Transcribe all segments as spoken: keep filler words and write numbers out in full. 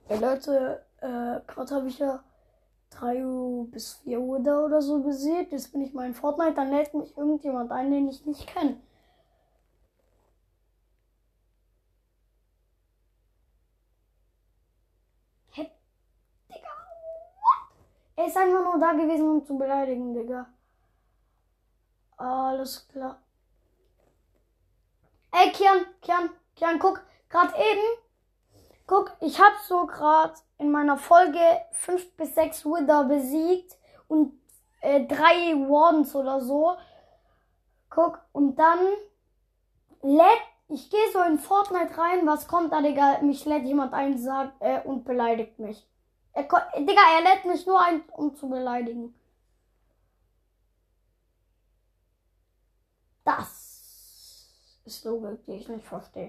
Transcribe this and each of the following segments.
Ey Leute, äh, gerade habe ich ja drei Uhr bis vier Uhr da oder so besiegt. Jetzt bin ich mal in Fortnite, dann lädt mich irgendjemand ein, den ich nicht kenne. Hä, Digga, what? Er ist einfach nur da gewesen, um zu beleidigen, Digga. Alles klar. Ey, Kian, Kian, Kian, guck, gerade eben, guck, ich hab so gerade in meiner Folge fünf bis sechs Wither besiegt und äh, drei Wardens oder so. Guck, und dann lädt, ich gehe so in Fortnite rein, was kommt da, Digga? Mich lädt jemand ein sagt, äh, und beleidigt mich. Er, Digga, er lädt mich nur ein, um zu beleidigen. Das ist Logik, die ich nicht verstehe.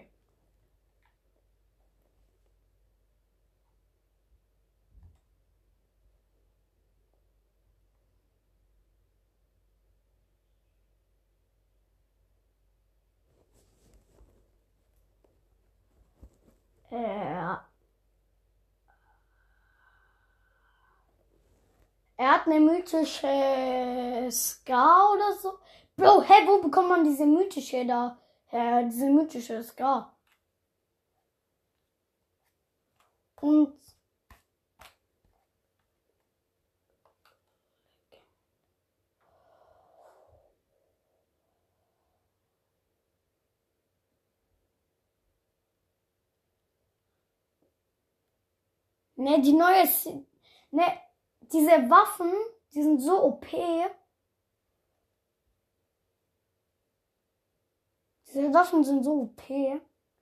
Äh, Er hat eine mythische Scar oder so. Bro, hä, wo bekommt man diese mythische da? Hä, diese mythische Scar. Und ne, die neue, ne, diese Waffen, die sind so O P. Diese Waffen sind so O P.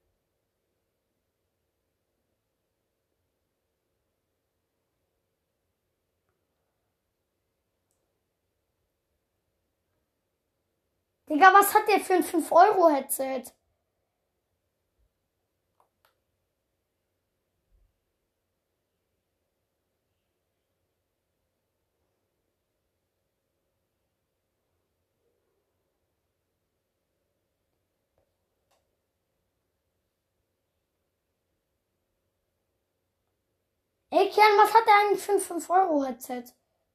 Digga, was hat der für ein fünf Euro Headset? Ey, Kian, was hat der eigentlich für ein fünf Euro Headset?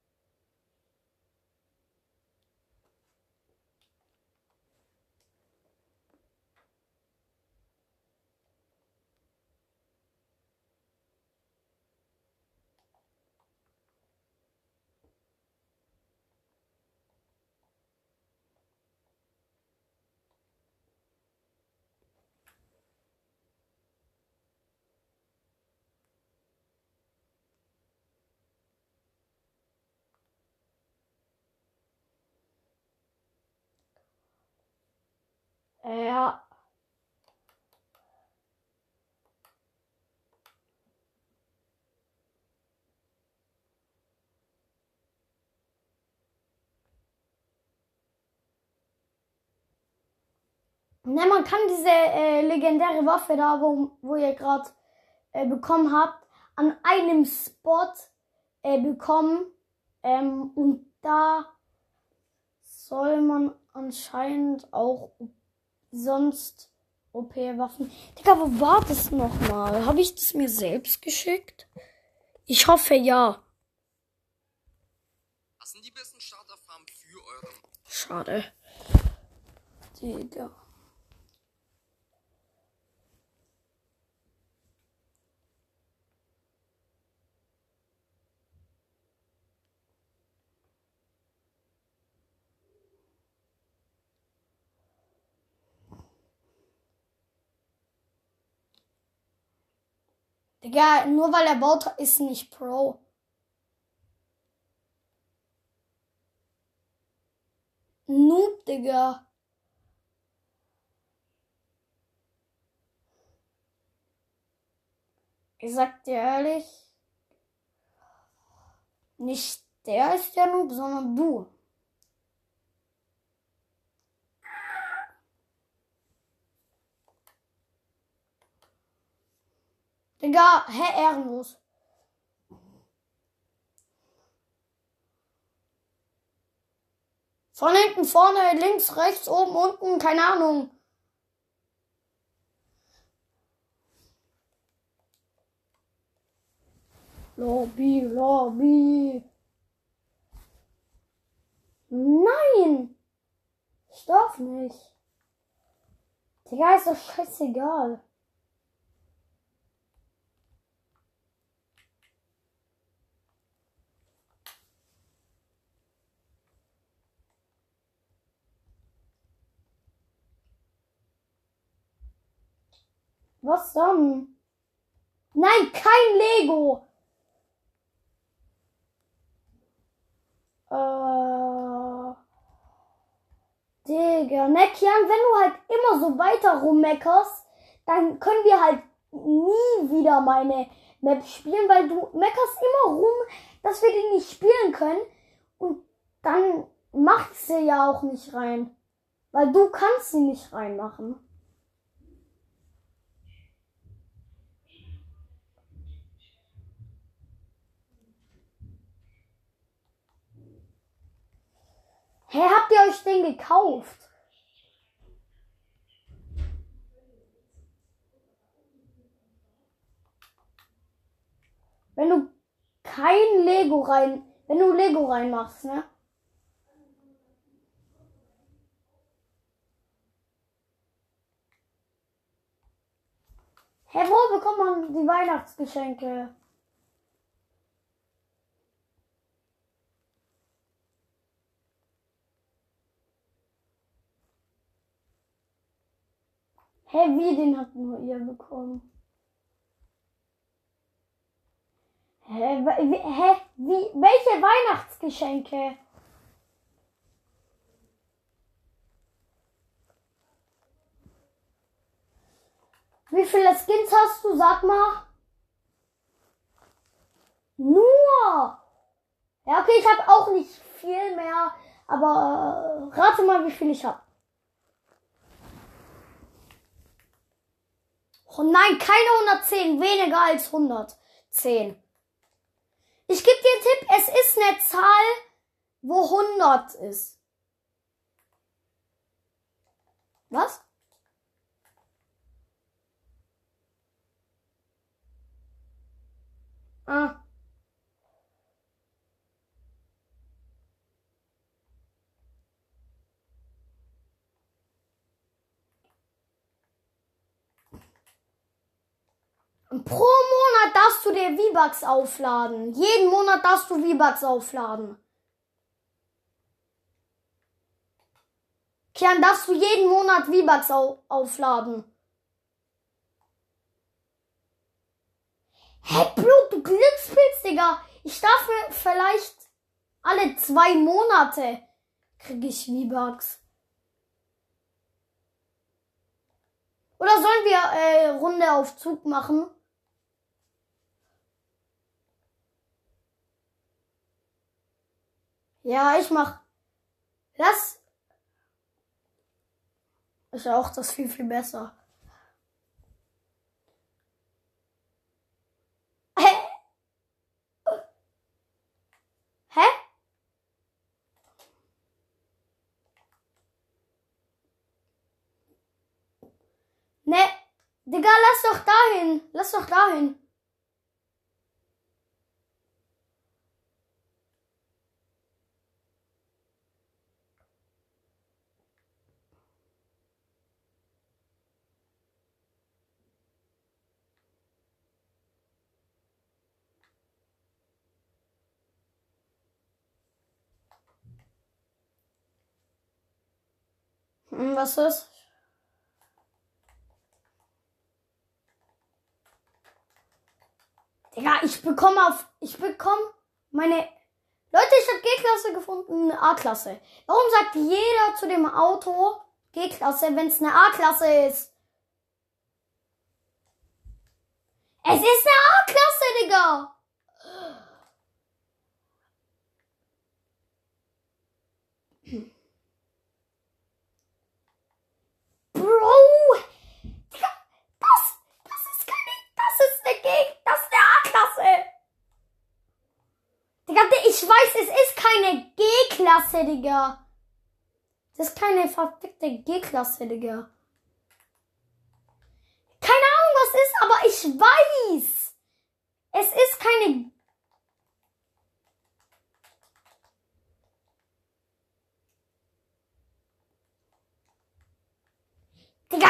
Äh, ja. Ne, man kann diese äh, legendäre Waffe da, wo, wo ihr gerade äh, bekommen habt, an einem Spot äh, bekommen. Ähm, und da soll man anscheinend auch sonst O P-Waffen. Digga, wo war das nochmal? Habe ich das mir selbst geschickt? Ich hoffe ja. Was sind die besten Starterfarmen für euren? Schade. Digga. Digga, nur weil er baut, ist nicht Pro. Noob, Digga. Ich sag dir ehrlich, nicht der ist der Noob, sondern du. Digga, hä, ehrenlos. Von hinten, vorne, links, rechts, oben, unten, keine Ahnung. Lobby, Lobby. Nein! Ich darf nicht. Digga, ist doch scheißegal. Was dann? Nein, kein Lego. Äh. Digga, ne, Kian, wenn du halt immer so weiter rummeckerst, dann können wir halt nie wieder meine Map spielen, weil du meckerst immer rum, dass wir die nicht spielen können. Und dann machst sie ja auch nicht rein. Weil du kannst sie nicht reinmachen. Hä, hey, habt ihr euch den gekauft? Wenn du kein Lego rein, wenn du Lego reinmachst, ne? Hä, hey, wo bekommt man die Weihnachtsgeschenke? Hä, hey, wie, den habt nur ihr bekommen? Hä, hä, wie, welche Weihnachtsgeschenke? Wie viele Skins hast du, sag mal? Nur! Ja, okay, ich habe auch nicht viel mehr, aber äh, rate mal, wie viel ich habe. Oh nein, keine hundertzehn, weniger als hundertzehn. Ich gebe dir einen Tipp, es ist eine Zahl, wo hundert ist. Was? Ah. Pro Monat darfst du dir V-Bucks aufladen. Jeden Monat darfst du V-Bucks aufladen. Kian, darfst du jeden Monat V-Bucks au aufladen. Hä, hey, Blut, du Glückspilz, Digga. Ich darf mir vielleicht alle zwei Monate kriege ich V-Bucks. Oder sollen wir äh, Runde auf Zug machen? Ja, ich mach. Das ist ja auch das viel, viel besser. Hä? Hä? Ne, Digga, lass doch dahin. Lass doch dahin. Hm, was ist? Digga, ich bekomme auf. Ich bekomme meine. Leute, ich habe G-Klasse gefunden, eine A-Klasse. Warum sagt jeder zu dem Auto G-Klasse, wenn es eine A-Klasse ist? Es ist eine A-Klasse, Digga! Bro! Digga, das, das ist keine. Das ist eine G. Das ist eine A-Klasse! Digga, ich weiß, es ist keine G-Klasse, Digga. Das ist keine verfickte G-Klasse, Digga. Keine Ahnung, was ist, aber ich weiß. Es ist keine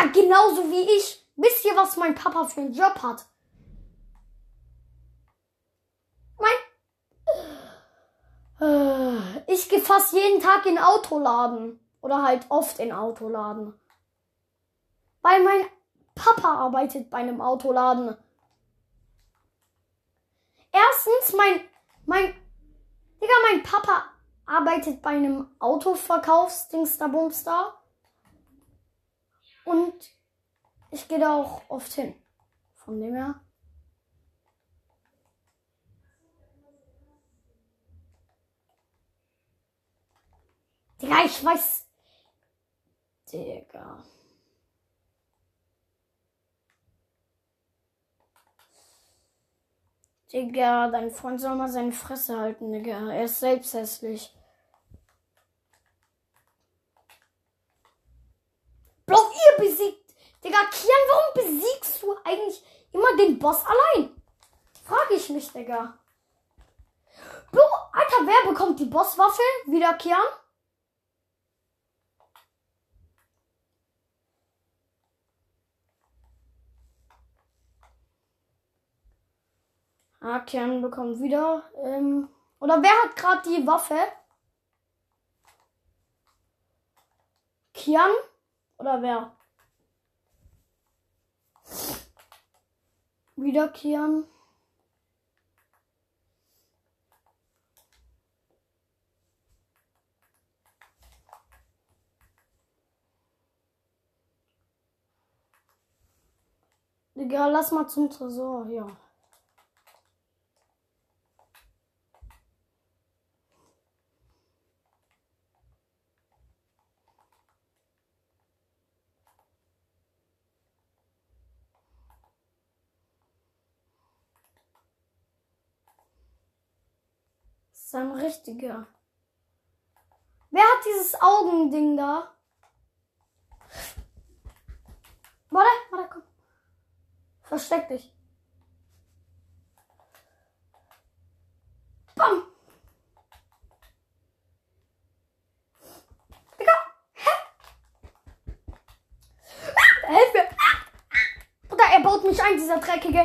genauso wie ich. Wisst ihr, was mein Papa für einen Job hat? Mein... Ich gehe fast jeden Tag in Autoladen. Oder halt oft in Autoladen. Weil mein Papa arbeitet bei einem Autoladen. Erstens, mein... Mein... Digga, mein Papa arbeitet bei einem Autoverkaufsdingster-Bumster. Und ich gehe da auch oft hin. Von dem her. Digga, ich weiß. Digga. Digga, dein Freund soll mal seine Fresse halten, Digga. Er ist selbst hässlich. Bro, ihr besiegt. Digga, Kian, warum besiegst du eigentlich immer den Boss allein? Frage ich mich, Digga. Bro, Alter, wer bekommt die Bosswaffe? Wieder Kian? Ah, Kian bekommt wieder. Ähm, oder wer hat gerade die Waffe? Kian? Oder wer? Wieder Kian. Digga, lass mal zum Tresor, ja. Das ist ein richtiger. Wer hat dieses Augending da? Warte, warte, komm. Versteck dich. Bam. Digga. Hä? Ah, hilf mir. Oder er baut mich ein, dieser dreckige.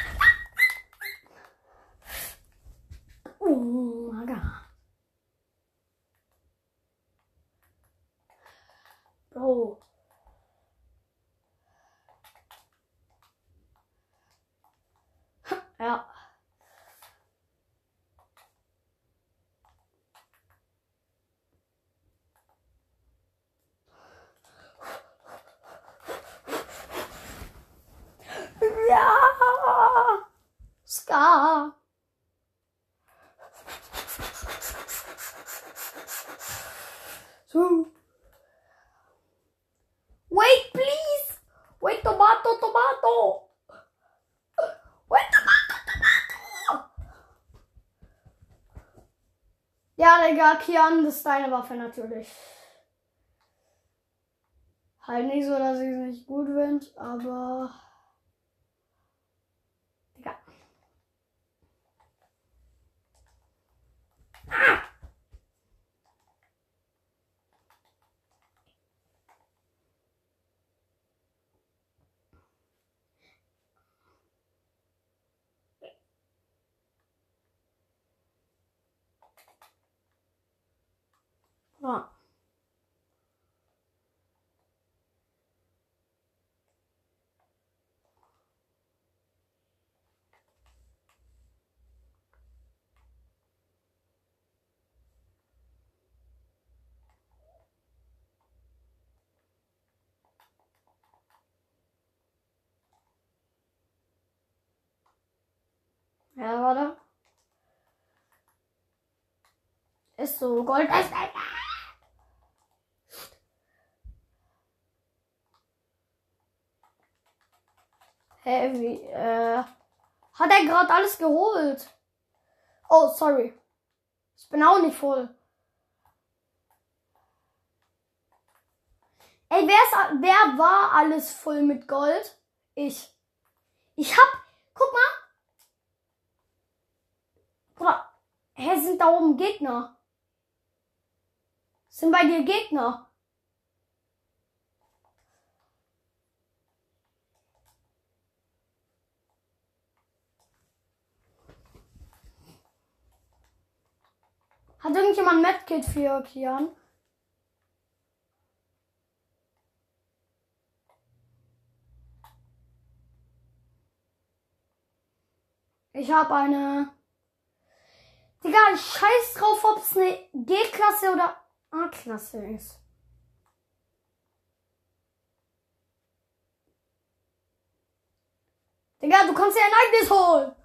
Oh mein Gott. Bro. Ja. Ja. Ska. So. Wait, please. Wait, tomato, tomato. Wait, tomato, tomato. Ja, Digga, Kian, das ist deine Waffe natürlich. Halt nicht so, dass ich es nicht gut finde, aber... Digga. Ah! Ja. Ja, warte. Ist so Gold. Ist Hä, wie, äh, hat er gerade alles geholt? Oh, sorry. Ich bin auch nicht voll. Ey, wer, ist, wer war alles voll mit Gold? Ich. Ich hab, guck mal. Bruder, hä, sind da oben Gegner? Sind bei dir Gegner? Hat irgendjemand ein Medkit für Kian? Ich habe eine... Digga, ich scheiß drauf, ob es eine G-Klasse oder A-Klasse ist. Digga, du kannst dir ein eigenes holen.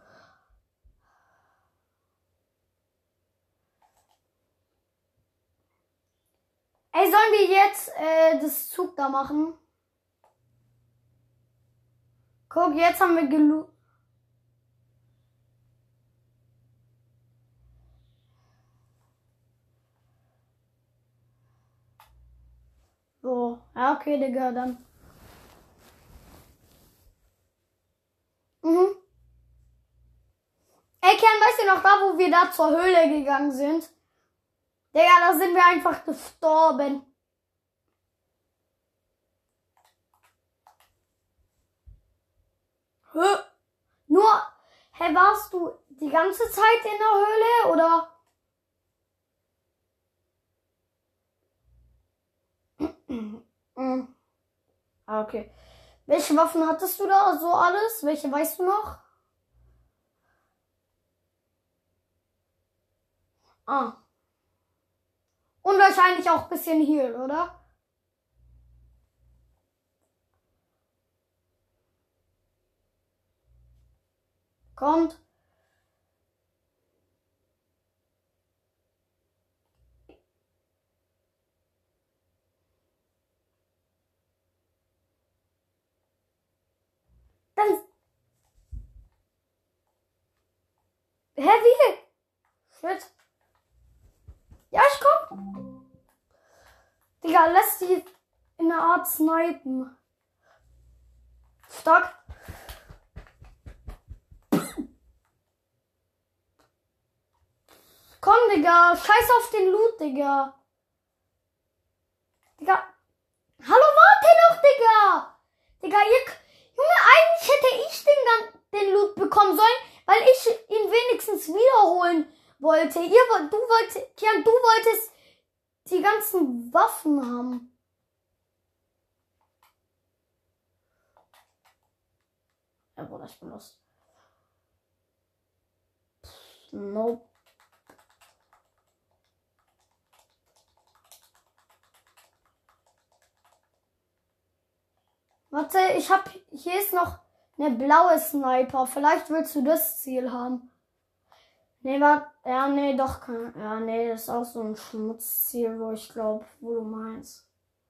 Ey, sollen wir jetzt äh, das Zug da machen? Guck, jetzt haben wir gelu... So, ja, okay, Digga, dann. Mhm. Ey, Kern, weißt du noch da, wo wir da zur Höhle gegangen sind? Digga, da sind wir einfach gestorben. Hä? Nur, hä, warst du die ganze Zeit in der Höhle, oder? Mhm. Ah, okay. Welche Waffen hattest du da so alles? Welche weißt du noch? Ah. Und wahrscheinlich auch ein bisschen Heal, oder? Kommt. Dann. Hä, wie? Shit. Ja, ich komm. Digga, lass die in der Art snipen. Stock. Komm, Digga. Scheiß auf den Loot, Digga. Digga. Hallo, warte noch, Digga. Digga, ihr... Junge, eigentlich hätte ich den, dann, den Loot bekommen sollen, weil ich ihn wenigstens wiederholen wollte. Ihr, du wolltest... Kian, du wolltest die ganzen Waffen haben. Ja, Bruder, ich bin los. Nope. Warte, ich hab... Hier ist noch eine blaue Sniper. Vielleicht willst du das Ziel haben. Nee, warte. Ja, nee, doch. Ja, nee, das ist auch so ein Schmutzziel, wo ich glaube, wo du meinst.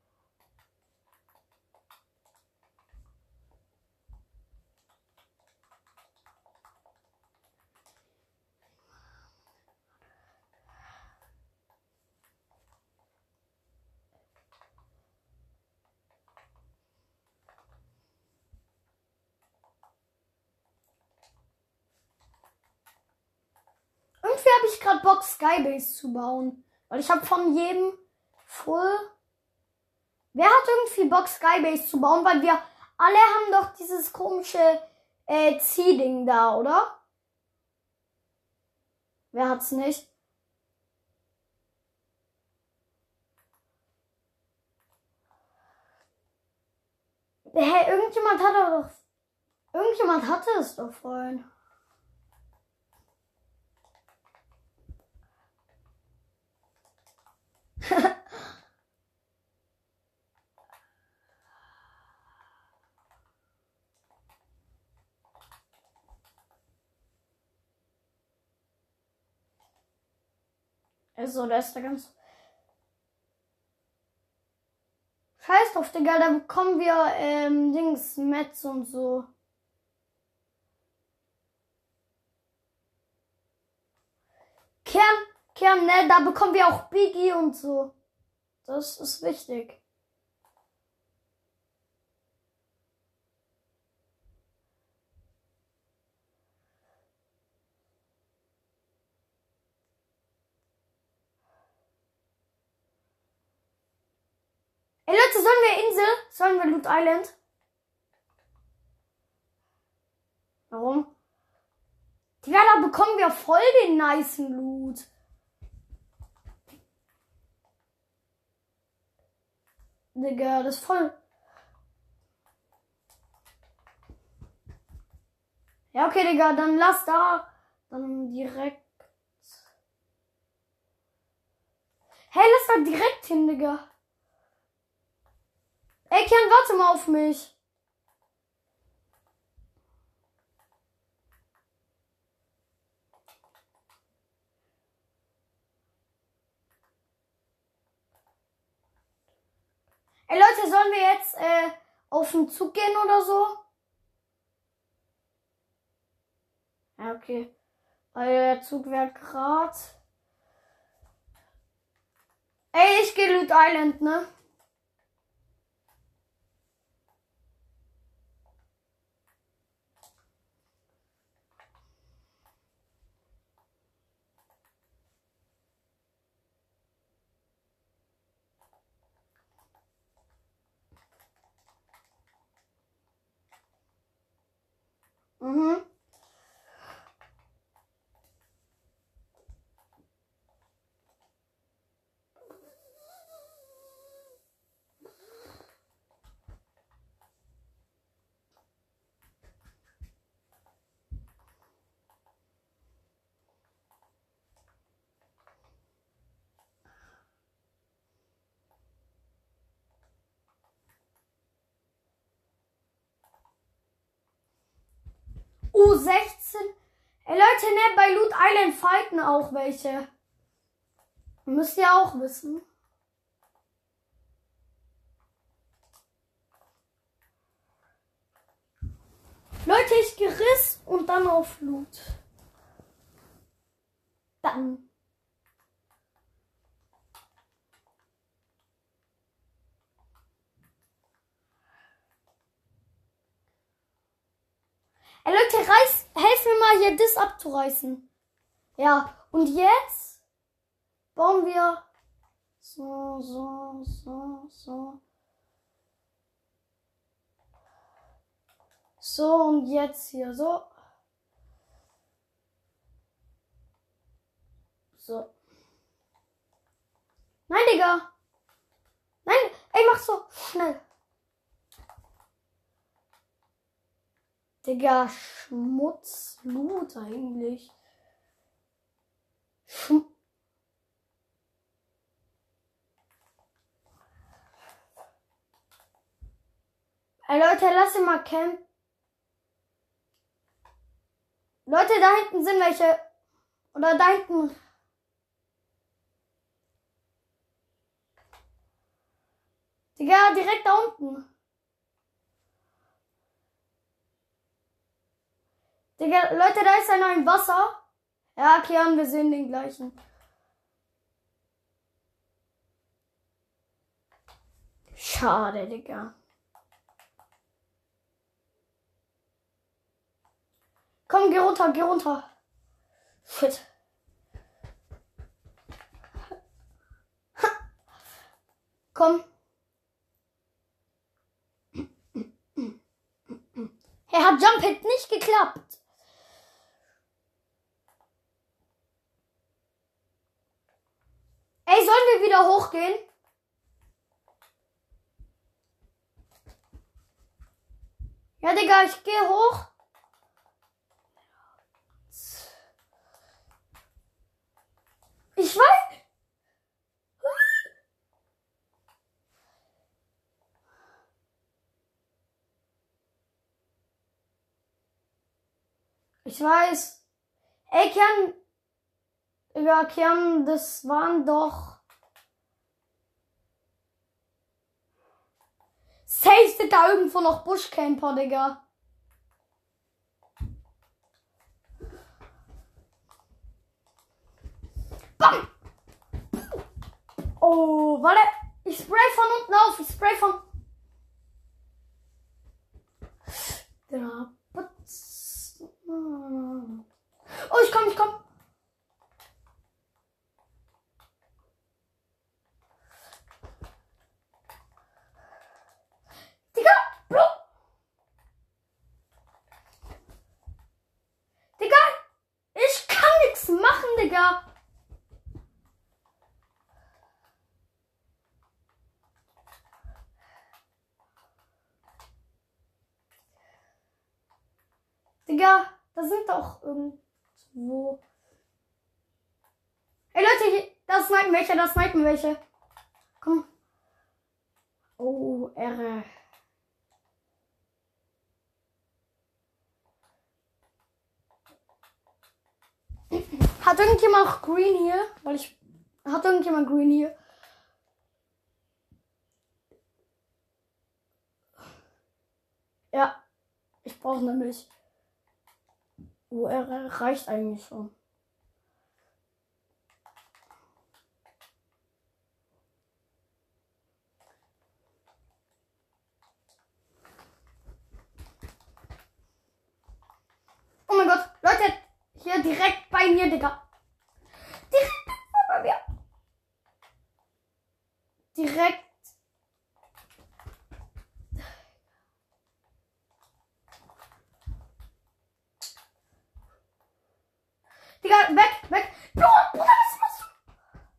Irgendwie habe ich gerade Bock, Skybase zu bauen. Weil ich habe von jedem Full... Wer hat irgendwie Bock, Skybase zu bauen? Weil wir alle haben doch dieses komische äh, Ziehding da, oder? Wer hat's nicht? Hä, hey, irgendjemand hat doch... Irgendjemand hatte es doch vorhin. Also, da ist der ganz... Scheiß drauf, Digga, da bekommen wir, ähm, Dings, Metz und so. Kern, Kern, ne, da bekommen wir auch Biggie und so. Das ist wichtig. Ey Leute, sollen wir Insel? Sollen wir Loot Island? Warum? Ja, da bekommen wir voll den nicen Loot. Digga, das ist voll. Ja, okay, Digga, dann lass da. Dann direkt. Hey, lass da direkt hin, Digga. Ey, Kian, warte mal auf mich. Ey, Leute, sollen wir jetzt äh, auf den Zug gehen oder so? Ja, okay. Weil der Zug wäre grad. Ey, ich gehe Loot Island, ne? Mhm. U sechzehn. Ey Leute, ne, bei Loot Island fighten auch welche. Müsst ihr auch wissen. Leute, ich geriss und dann auf Loot. Dann. Ey Leute, reiß, helft mir mal hier das abzureißen. Ja, und jetzt bauen wir so, so, so, so. So, und jetzt hier so. So. Nein, Digga. Nein, ey, mach so schnell. Digga, Schmutz, Loot eigentlich. Schm Ey, Leute, lass ihn mal campen. Leute, da hinten sind welche. Oder da hinten. Digga, direkt da unten. Digga, Leute, da ist einer im Wasser. Ja, Kian, wir sehen den gleichen. Schade, Digga. Komm, geh runter, geh runter. Shit. Komm. Hey, hat Jump Hit nicht geklappt. Ey, sollen wir wieder hochgehen? Ja, Digga, ich gehe hoch. Ich weiß. Ich weiß. Ey, Kian. Ja, Kian, das waren doch. Safe sind da irgendwo noch Buschcamper, Digga. Bam! Oh, warte. Ich spray von unten auf. Ich spray von. Ja, oh, ich komm, ich komm. Digga, Bro. Digga, ich kann nichts machen, Digga. Digga, da sind doch irgendwo. Ey Leute, hier, da snipen welche, da snipen welche. Komm. Oh, Ehre. Hat irgendjemand auch Green hier? Weil ich. Hat irgendjemand Green hier? Ja. Ich brauche nämlich. Oh, Ehre reicht eigentlich schon. Oh mein Gott, Leute, hier direkt bei mir, Digga. Direkt bei mir. Direkt. Digga, weg, weg. Bruder, Bruder, was machst du?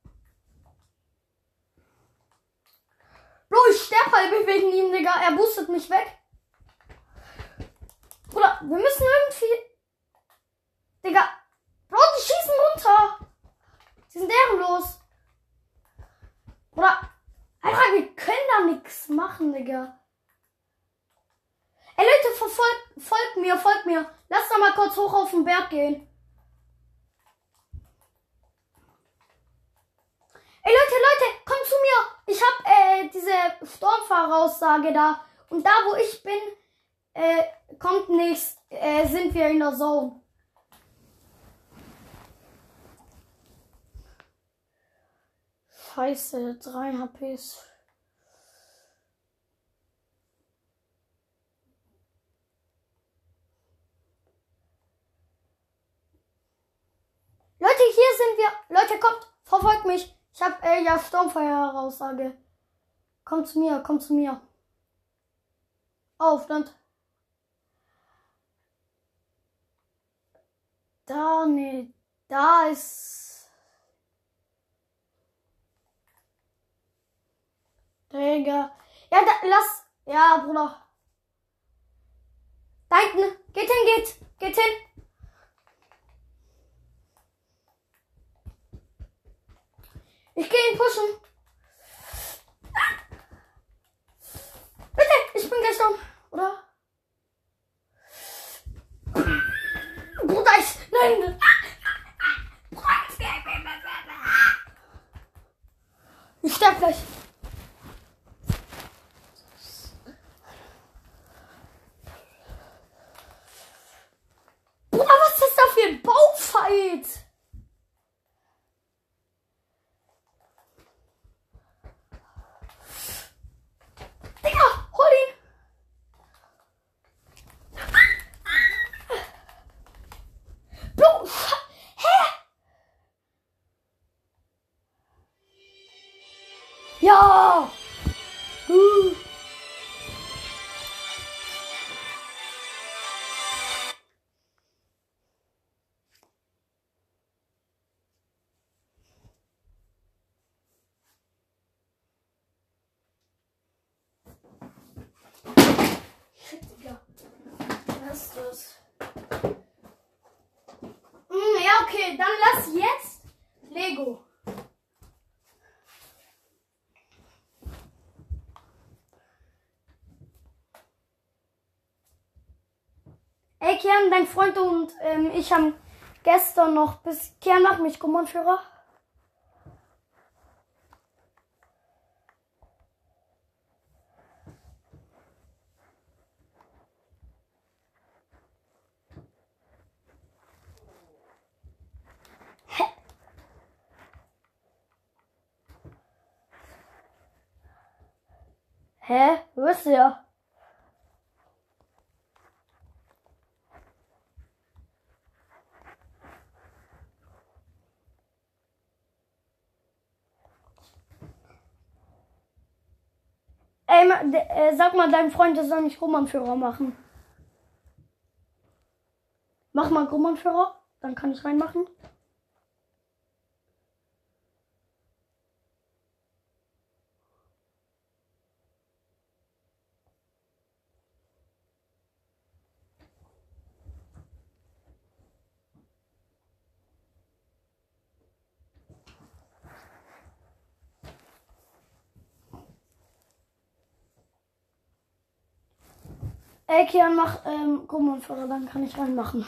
Bro, ich sterbe halb wegen ihm, Digga. Er boostet mich weg. Bruder, wir müssen irgendwie... Digga. Bro, die schießen runter. Die sind ehrenlos. Bruder. Alter, wir können da nichts machen, Digga. Ey, Leute, verfolgt, folgt mir, folgt mir. Lass doch mal kurz hoch auf den Berg gehen. Ey, Leute, Leute, kommt zu mir. Ich hab, äh, diese Stormvoraussage da. Und da, wo ich bin, äh, kommt nichts. Äh, sind wir in der Zone. Scheiße, drei H Ps. Leute, hier sind wir. Leute, kommt, verfolgt mich. Ich hab, äh, ja, Sturmfeueraussage. Kommt zu mir, kommt zu mir. Aufstand. Da, nee, da ist... Digga. Ja, da, lass... Ja, Bruder. Da hinten. Geht hin, geht. Geht hin. Ich gehe ihn pushen. Bitte, ich bin gleich down. Oder? Bruder, ich... Nein. Ich sterb gleich. Bruder, was ist das da für ein Baufight? Digga, hol ihn. Bro, hä? Ja. Uh. Shit, Digga. Was ist das? Mm, ja, okay, dann lass jetzt Lego. Ey, Kian, dein Freund und ähm, ich haben gestern noch bis... Kian, mach mich Kommandführer. Hä? Hä? Wo ist der? Ey, ma- de- äh, sag mal deinem Freund, der soll mich Kommandführer machen. Mach mal Kommandführer, dann kann ich reinmachen. Ey, Kian, mach ähm, Gruppenführer, dann kann ich reinmachen.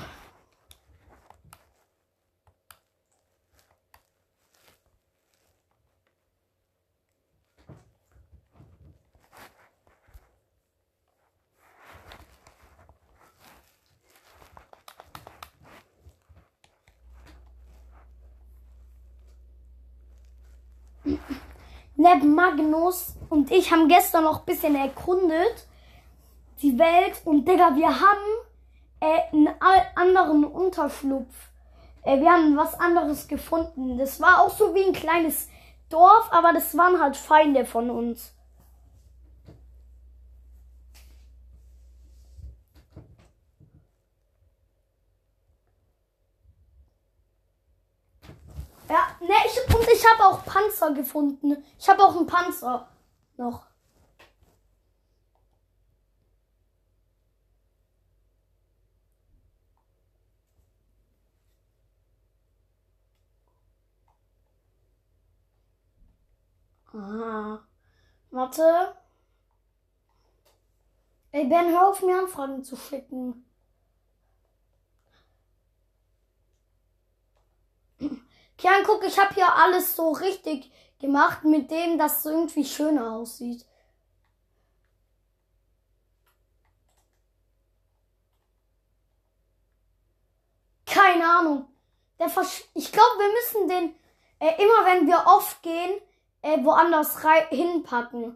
Neb Magnus und ich haben gestern noch ein bisschen erkundet, die Welt. Und Digga, wir haben äh, einen anderen Unterschlupf. Äh, wir haben was anderes gefunden. Das war auch so wie ein kleines Dorf, aber das waren halt Feinde von uns. Ja, ne, ich, und ich habe auch Panzer gefunden. Ich habe auch einen Panzer noch. Aha. Warte. Ey, Ben, hör auf, mir Anfragen zu schicken. Kian, guck, ich habe hier alles so richtig gemacht, mit dem das irgendwie schöner aussieht. Keine Ahnung. Der Versch ich glaube, wir müssen den äh, immer, wenn wir oft gehen, äh, woanders hinpacken.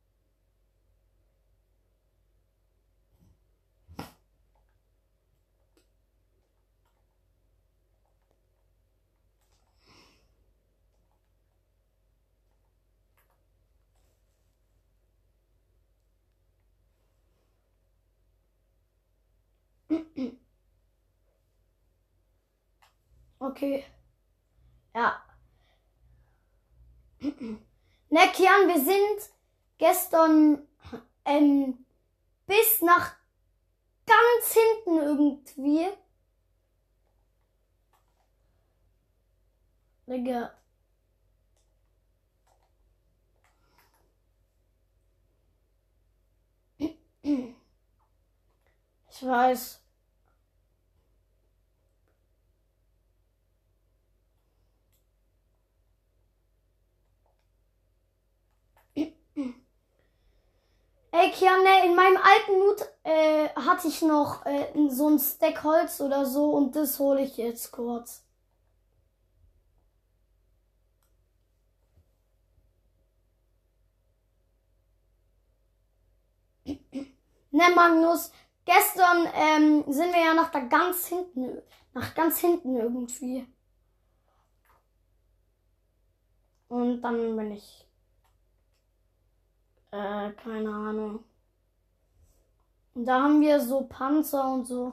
Okay. Ja. Ne, Kian, wir sind gestern ähm, bis nach ganz hinten irgendwie. Digga. Ich weiß. Ey, Kian, in meinem alten Loot äh, hatte ich noch äh, so ein Stack Holz oder so und das hole ich jetzt kurz. Ne, Magnus, gestern ähm, sind wir ja nach da ganz hinten, nach ganz hinten irgendwie. Und dann bin ich, äh, keine Ahnung. Und da haben wir so Panzer und so.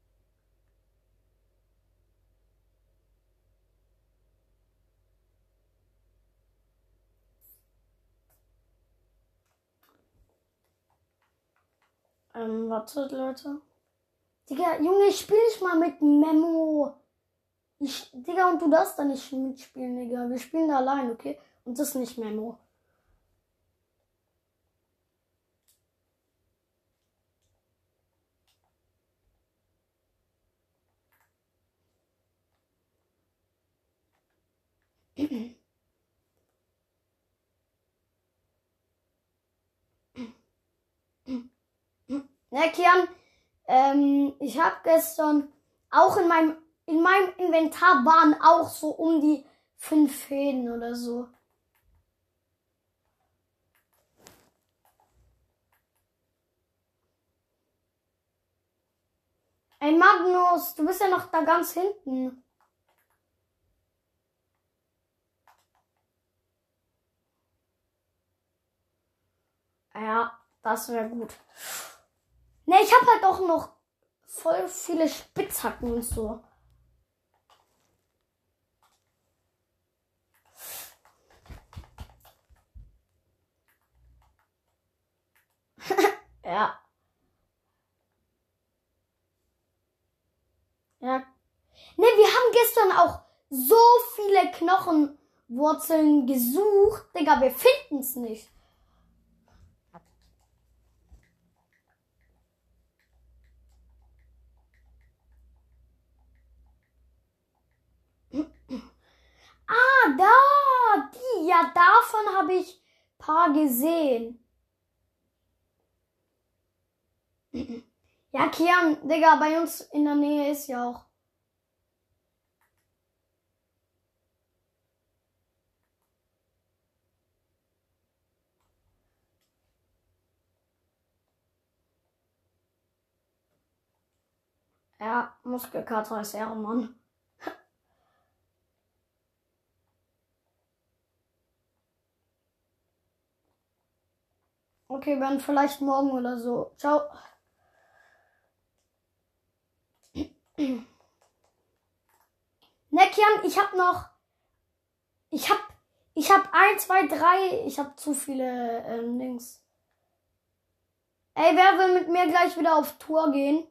Ähm, wartet, Leute. Digga, Junge, ich spiel nicht mal mit Memo. Ich, Digga, und du darfst da nicht mitspielen, Digga. Wir spielen da allein, okay? Und das ist nicht Memo. Ja, Kian, ähm, ich habe gestern auch in meinem, in meinem Inventar waren auch so um die fünf Fäden oder so. Ey, Magnus, du bist ja noch da ganz hinten. Ja, das wäre gut. Ne, ich habe halt auch noch voll viele Spitzhacken und so. Ja. Ja. Ne, wir haben gestern auch so viele Knochenwurzeln gesucht. Digga, wir finden es nicht. Ja, davon habe ich ein paar gesehen. Ja, Kian, Digga, bei uns in der Nähe ist ja auch. Ja, Muskelkater ist Ehrenmann. Okay, dann vielleicht morgen oder so. Ciao. Ne, Kian, ich hab noch. Ich hab. Ich hab eins, zwei, drei. Ich hab zu viele ähm, Dings. Ey, wer will mit mir gleich wieder auf Tour gehen?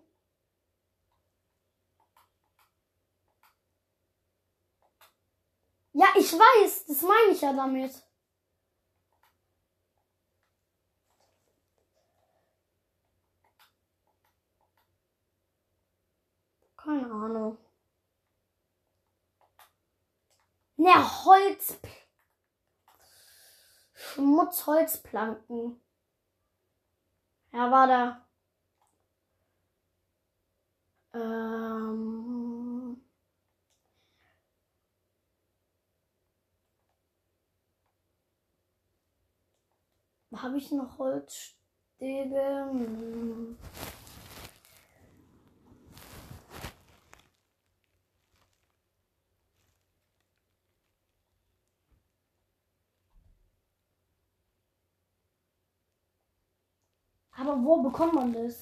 Ja, ich weiß. Das meine ich ja damit. Keine Ahnung. Ne, Holz. Schmutzholzplanken. Ja, war da. Ähm. Habe ich noch Holzstäbe? Hm. Aber wo bekommt man das?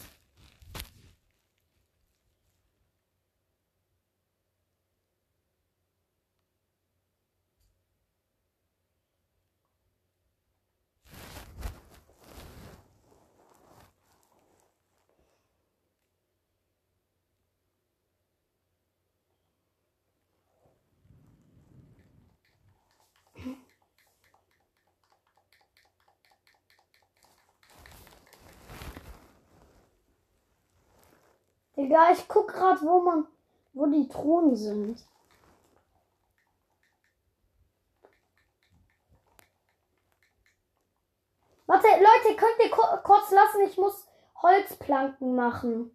Digga, ich guck grad, wo man, wo die Truhen sind. Warte, Leute, könnt ihr ku- kurz lassen? Ich muss Holzplanken machen.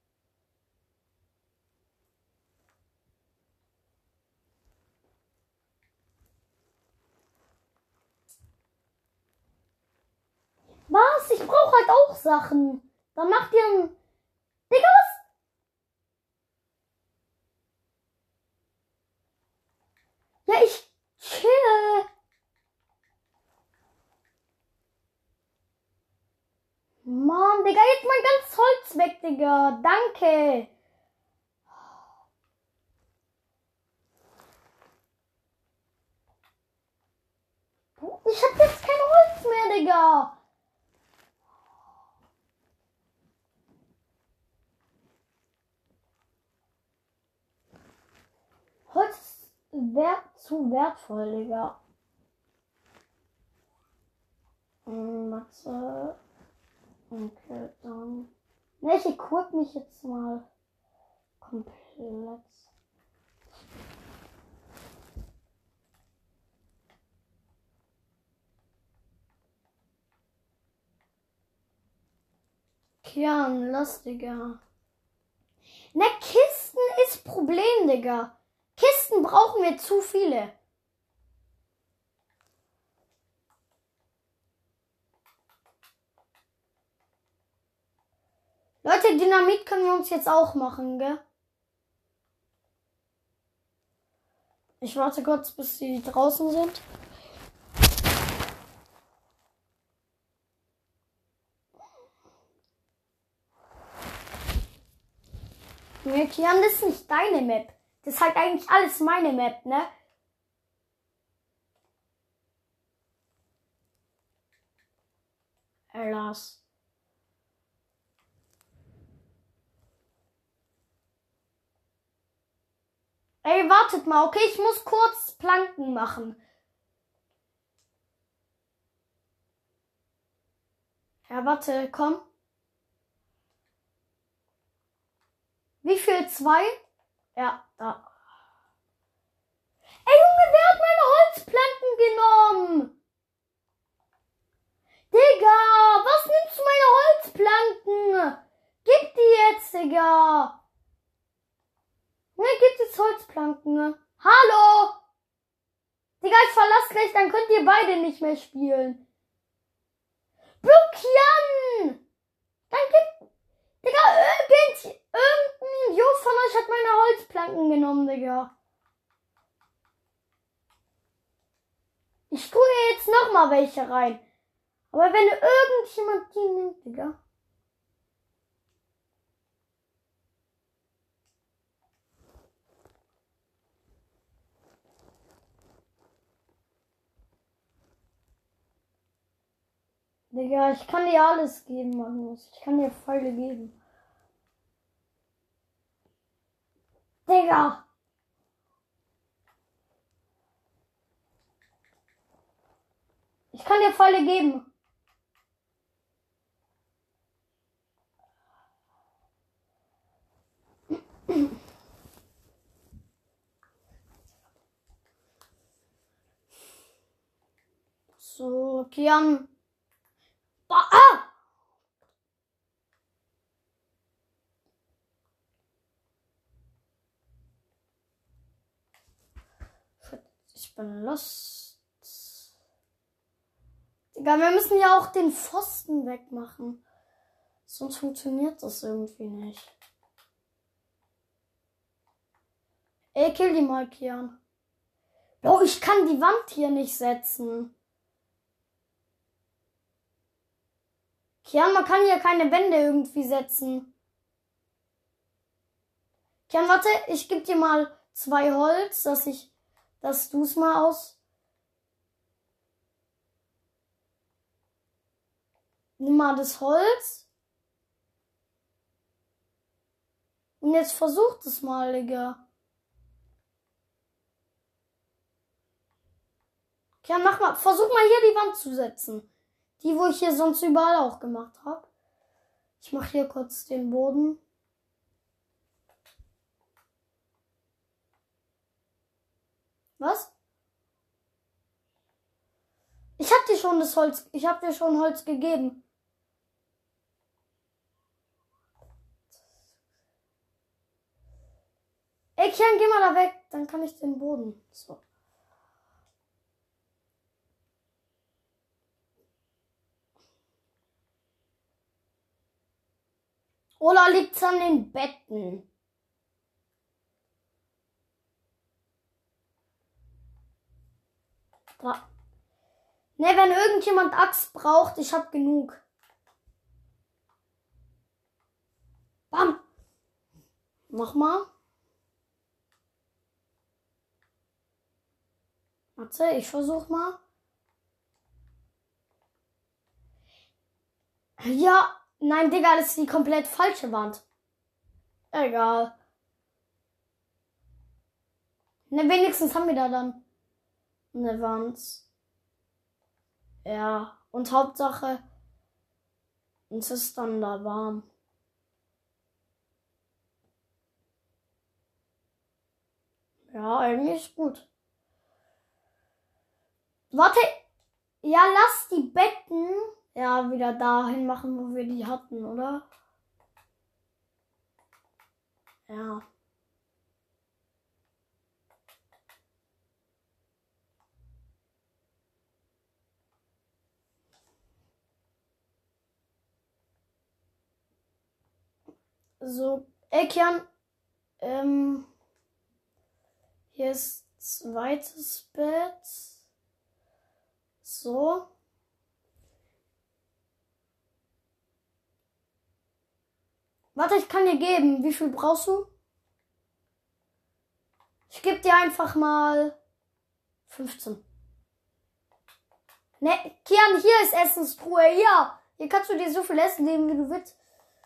Was? Ich brauche halt auch Sachen. Dann macht ihr ein... Digga, was? Ja, ich chill. Mann, Digga, jetzt mein ganzes Holz weg, Digga. Danke. Ich hab jetzt kein Holz mehr, Digga. Holz ist wert, zu wertvoll, Digga. Hm, warte. Okay, dann. Ne, ich equip mich jetzt mal komplett. Kian, lass, Digga. Ne, Kisten ist Problem, Digga. Kisten brauchen wir zu viele. Leute, Dynamit können wir uns jetzt auch machen, gell? Ich warte kurz, bis sie draußen sind. Nee, Kian, das ist nicht deine Map. Das ist halt eigentlich alles meine Map, ne? Erlass. Ey, wartet mal, okay? Ich muss kurz Planken machen. Ja, warte, komm. Wie viel? Zwei? Ja, da. Ey, Junge, wer hat meine Holzplanken genommen? Digga, ich verlasse gleich, dann könnt ihr beide nicht mehr spielen. Blockieren! Dann gibt... Digga, irgend, irgendein Idiot von euch hat meine Holzplanken genommen, Digga. Ich tue jetzt noch mal welche rein. Aber wenn irgendjemand die nimmt, Digga. Digga, ich kann dir alles geben, Magnus. Ich kann dir Pfeile geben. Digga! Ich kann dir Pfeile geben. So, Kian. Ah! Ich bin lost. Digga, wir müssen ja auch den Pfosten wegmachen. Sonst funktioniert das irgendwie nicht. Ey, kill die mal, Kian. Oh, ich kann die Wand hier nicht setzen. Kian, man kann hier keine Wände irgendwie setzen. Kian, warte, ich geb dir mal zwei Holz, dass ich, dass du's mal aus. Nimm mal das Holz. Und jetzt versucht es mal, Digga. Kian, mach mal, versuch mal hier die Wand zu setzen. Die, wo ich hier sonst überall auch gemacht habe. Ich mache hier kurz den Boden. Was? Ich hab dir schon das Holz, ich hab dir schon Holz gegeben. Ey, Kian, geh mal da weg, dann kann ich den Boden. So. Oder liegt's an den Betten? Da. Ne, wenn irgendjemand Axt braucht, ich hab genug. Bam. Nochmal. Warte, ich versuch mal. Ja, nein, Digga, das ist die komplett falsche Wand. Egal. Ne, wenigstens haben wir da dann eine Wand. Ja, und Hauptsache, uns ist dann da warm. Ja, eigentlich gut. Warte. Ja, lass die Betten ja wieder dahin machen, wo wir die hatten, oder? Ja. So, Ekian, ähm, hier ist zweites Bett. So. Warte, ich kann dir geben. Wie viel brauchst du? Ich gebe dir einfach mal fünfzehn. Ne, Kian, hier ist Essenstruhe. Ja, hier kannst du dir so viel Essen nehmen, wie du willst.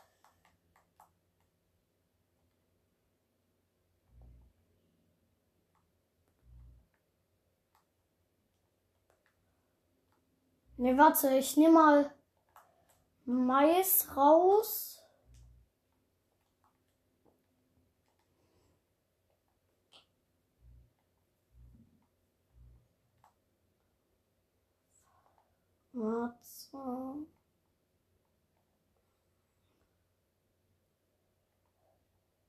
Ne, warte, ich nehme mal Mais raus. Warte.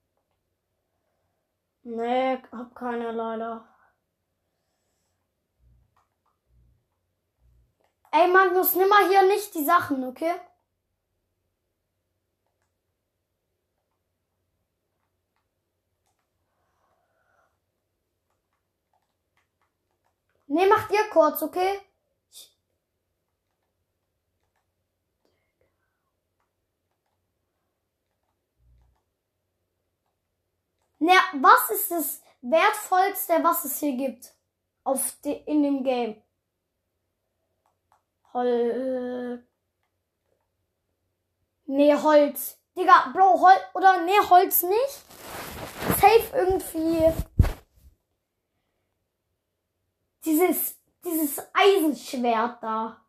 Nee, hab keine leider. Ey, Magnus, nimm mal hier nicht die Sachen, okay? Nee, macht ihr kurz, okay? Ich Na, was ist das Wertvollste, was es hier gibt? Auf de, in dem Game. Hol. Nee, Holz. Digga, Bro, Holz. Oder nee, Holz nicht. Safe irgendwie. Dieses, dieses Eisenschwert da.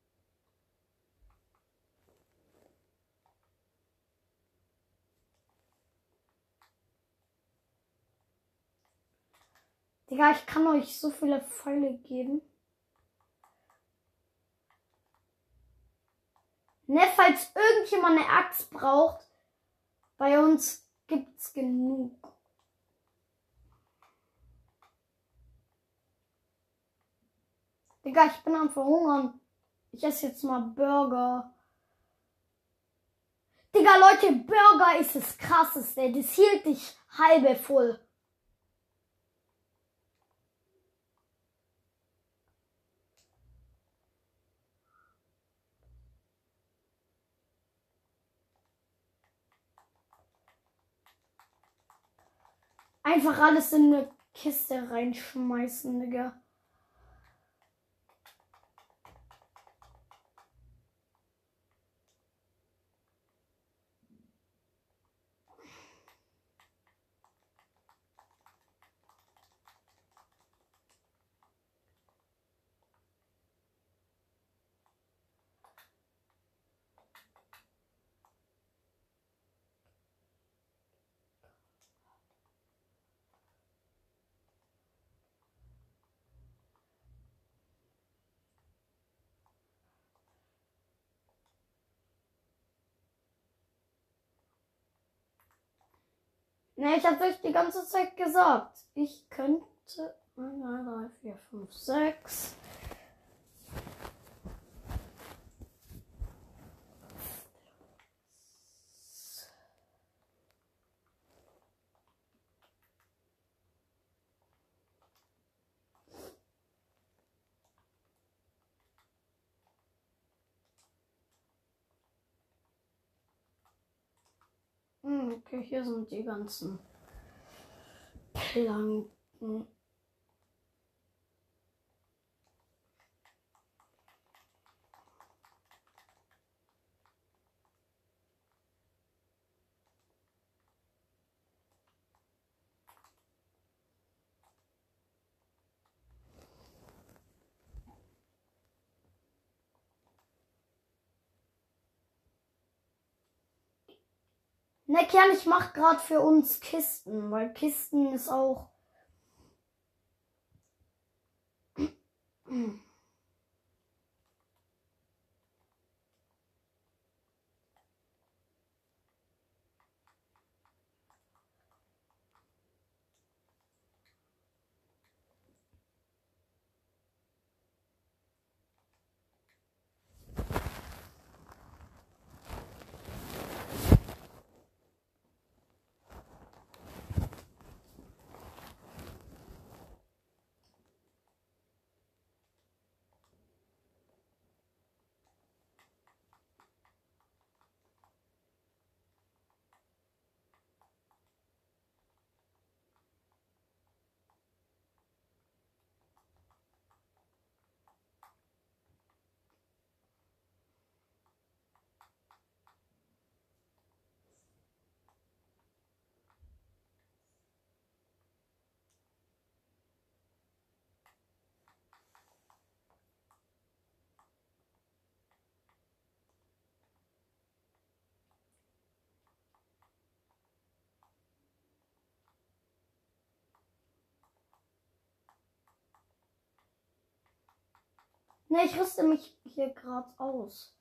Digga, ich kann euch so viele Pfeile geben. Ne, falls irgendjemand eine Axt braucht, bei uns gibt's genug. Digga, ich bin am Verhungern. Ich esse jetzt mal Burger. Digga, Leute, Burger ist das Krasseste. Das hielt dich halbe voll. Einfach alles in eine Kiste reinschmeißen, Digga. Ne, ich hab's euch die ganze Zeit gesagt. Ich könnte eins, zwei, drei, vier, fünf, sechs. Hm, okay, hier sind die ganzen Planken. Ne, Kern, ich mach grad für uns Kisten, weil Kisten ist auch. Ne, ich rüste mich hier grad aus.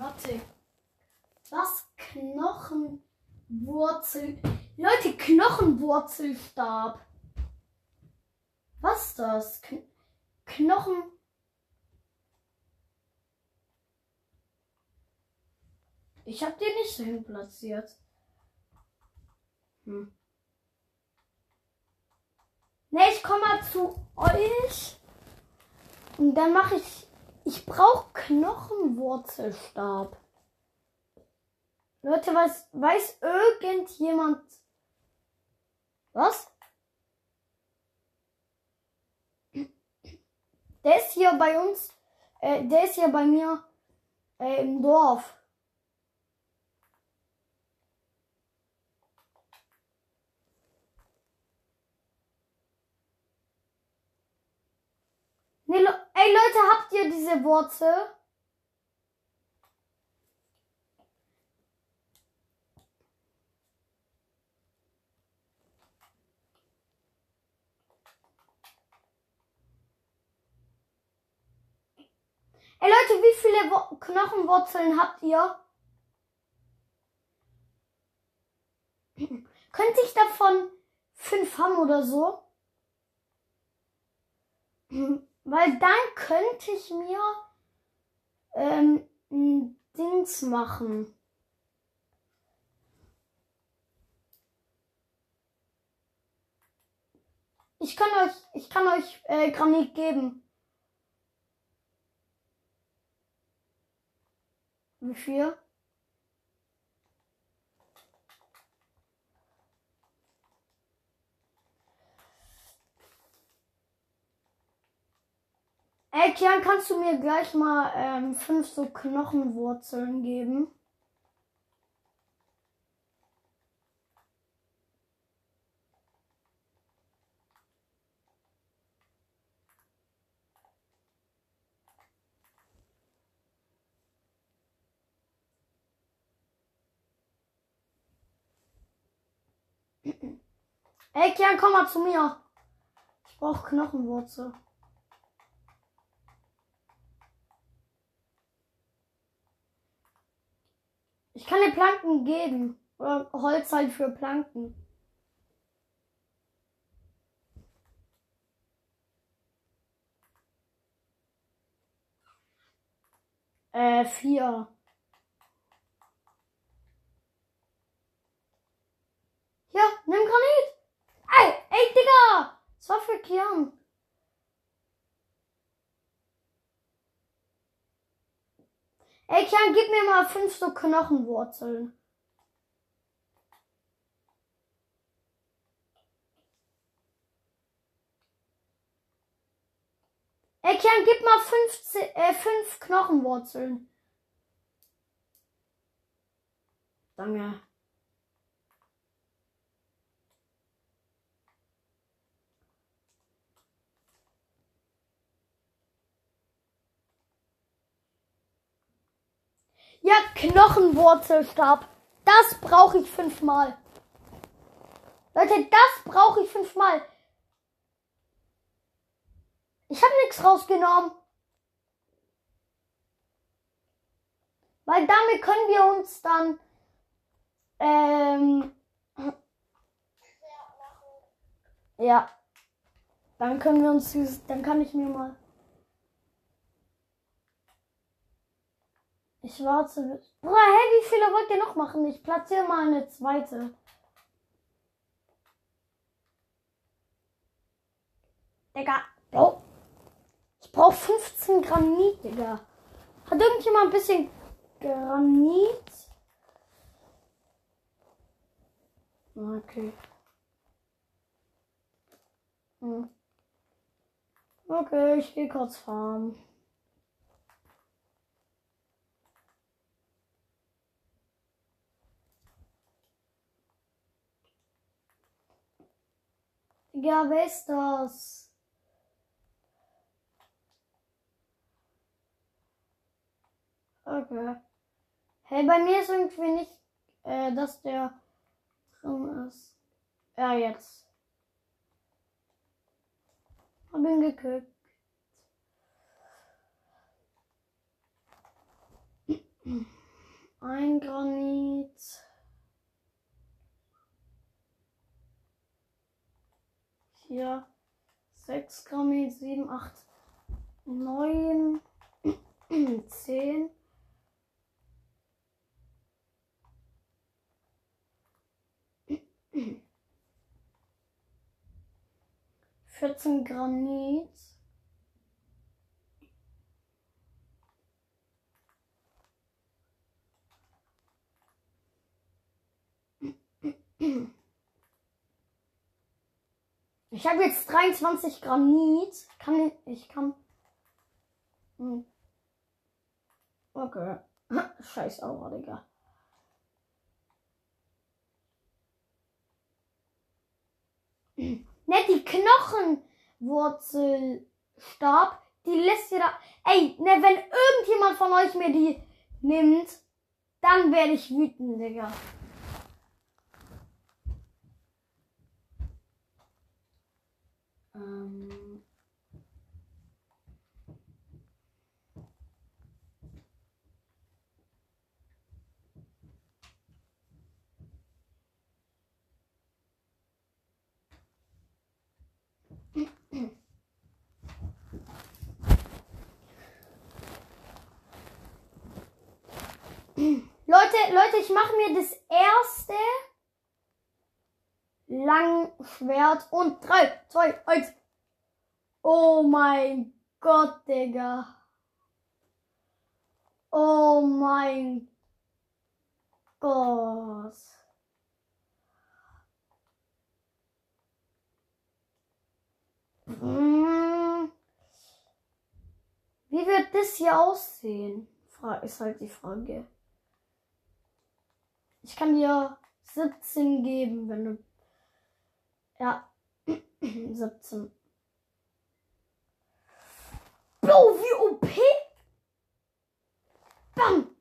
Warte. Was? Knochenwurzel. Leute, Knochenwurzelstab. Was ist das? Kn Knochen. Ich habe den nicht so hin platziert. Hm. Ne, ich komme mal zu euch. Und dann mache ich. Ich brauche Knochenwurzelstab. Leute, weiß, weiß irgendjemand. Was? Der ist hier bei uns. Äh, der ist hier bei mir äh, im Dorf. Nee, Le ey Leute, habt ihr diese Wurzel? Ey Leute, wie viele Wo Knochenwurzeln habt ihr? Könnte ich davon fünf haben oder so? Weil dann könnte ich mir ähm, ein Dings machen. Ich kann euch, ich kann euch äh, Granit geben. Wie viel? Ey, Kian, kannst du mir gleich mal ähm, fünf so Knochenwurzeln geben? Ey, Kian, komm mal zu mir. Ich brauche Knochenwurzel. Ich kann dir Planken geben. Oder Holz halt für Planken. Äh, vier. Ja, nimm Granit. Ey, ey, Digga. Das war für Kian. Ey, Kian, gib mir mal fünf so Knochenwurzeln. Ey, Kian, gib mal fünf, äh, fünf Knochenwurzeln. Danke. Ja, Knochenwurzelstab. Das brauche ich fünfmal. Leute, das brauche ich fünfmal. Ich habe nichts rausgenommen. Weil damit können wir uns dann ähm, ja, dann können wir uns dieses, dann kann ich mir mal ich warte. Bruder, hey, wie viele wollt ihr noch machen? Ich platziere mal eine zweite. Digga, oh. Ich brauche fünfzehn Granit, Digga. Hat irgendjemand ein bisschen Granit? Okay. Hm. Okay, ich gehe kurz farmen. Ja, wer ist das? Okay. Hey, bei mir ist irgendwie nicht, äh, dass der drin ist. Ja, jetzt. Hab ihn gekriegt. vierzehn Granit. Hier sechs Granit, sieben, acht, neun, zehn. vierzehn Granit. Ich habe jetzt dreiundzwanzig Granit. Kann ich, ich kann. Hm. Okay. Scheiß Aura, Digga. Ne, die Knochenwurzelstab, die lässt ihr da. Ey, ne, wenn irgendjemand von euch mir die nimmt, dann werde ich wütend, Digga. Ähm. Leute, Leute, ich mache mir das erste Langschwert und drei, zwei, eins. Oh mein Gott, Digga. Oh mein Gott. Hm. Wie wird das hier aussehen? Ist halt die Frage. Ich kann dir siebzehn geben, wenn du. Ja. siebzehn. Bro, wie O P? Bam!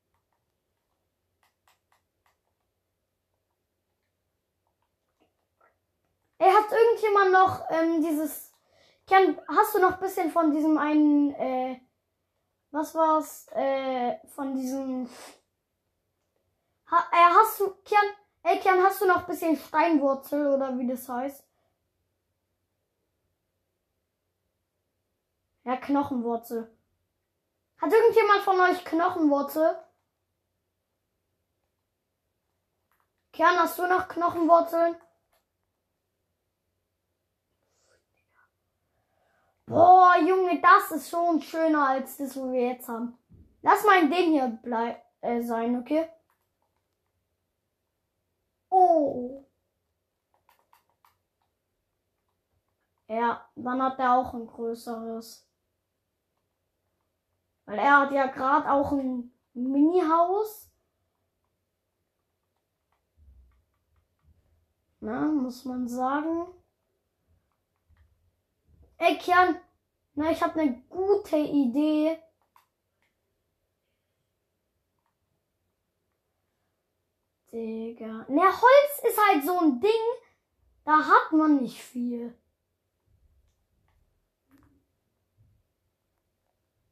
Ey, hat irgendjemand noch ähm, dieses. Ken, hast du noch ein bisschen von diesem einen. Äh, was war's? Äh, von diesem. Ha, äh, hast du. Kian, ey, Kian, hast du noch ein bisschen Steinwurzel oder wie das heißt? Ja, Knochenwurzel. Hat irgendjemand von euch Knochenwurzel? Kian, hast du noch Knochenwurzeln? Boah, Junge, das ist schon schöner als das, was wir jetzt haben. Lass mal in dem hier bleib, äh, sein, okay? Oh. Ja, dann hat er auch ein größeres. Weil er hat ja gerade auch ein Mini-Haus. Na, muss man sagen. Ey, Kian, na, ich habe eine gute Idee. Digga. Ne, Holz ist halt so ein Ding, da hat man nicht viel.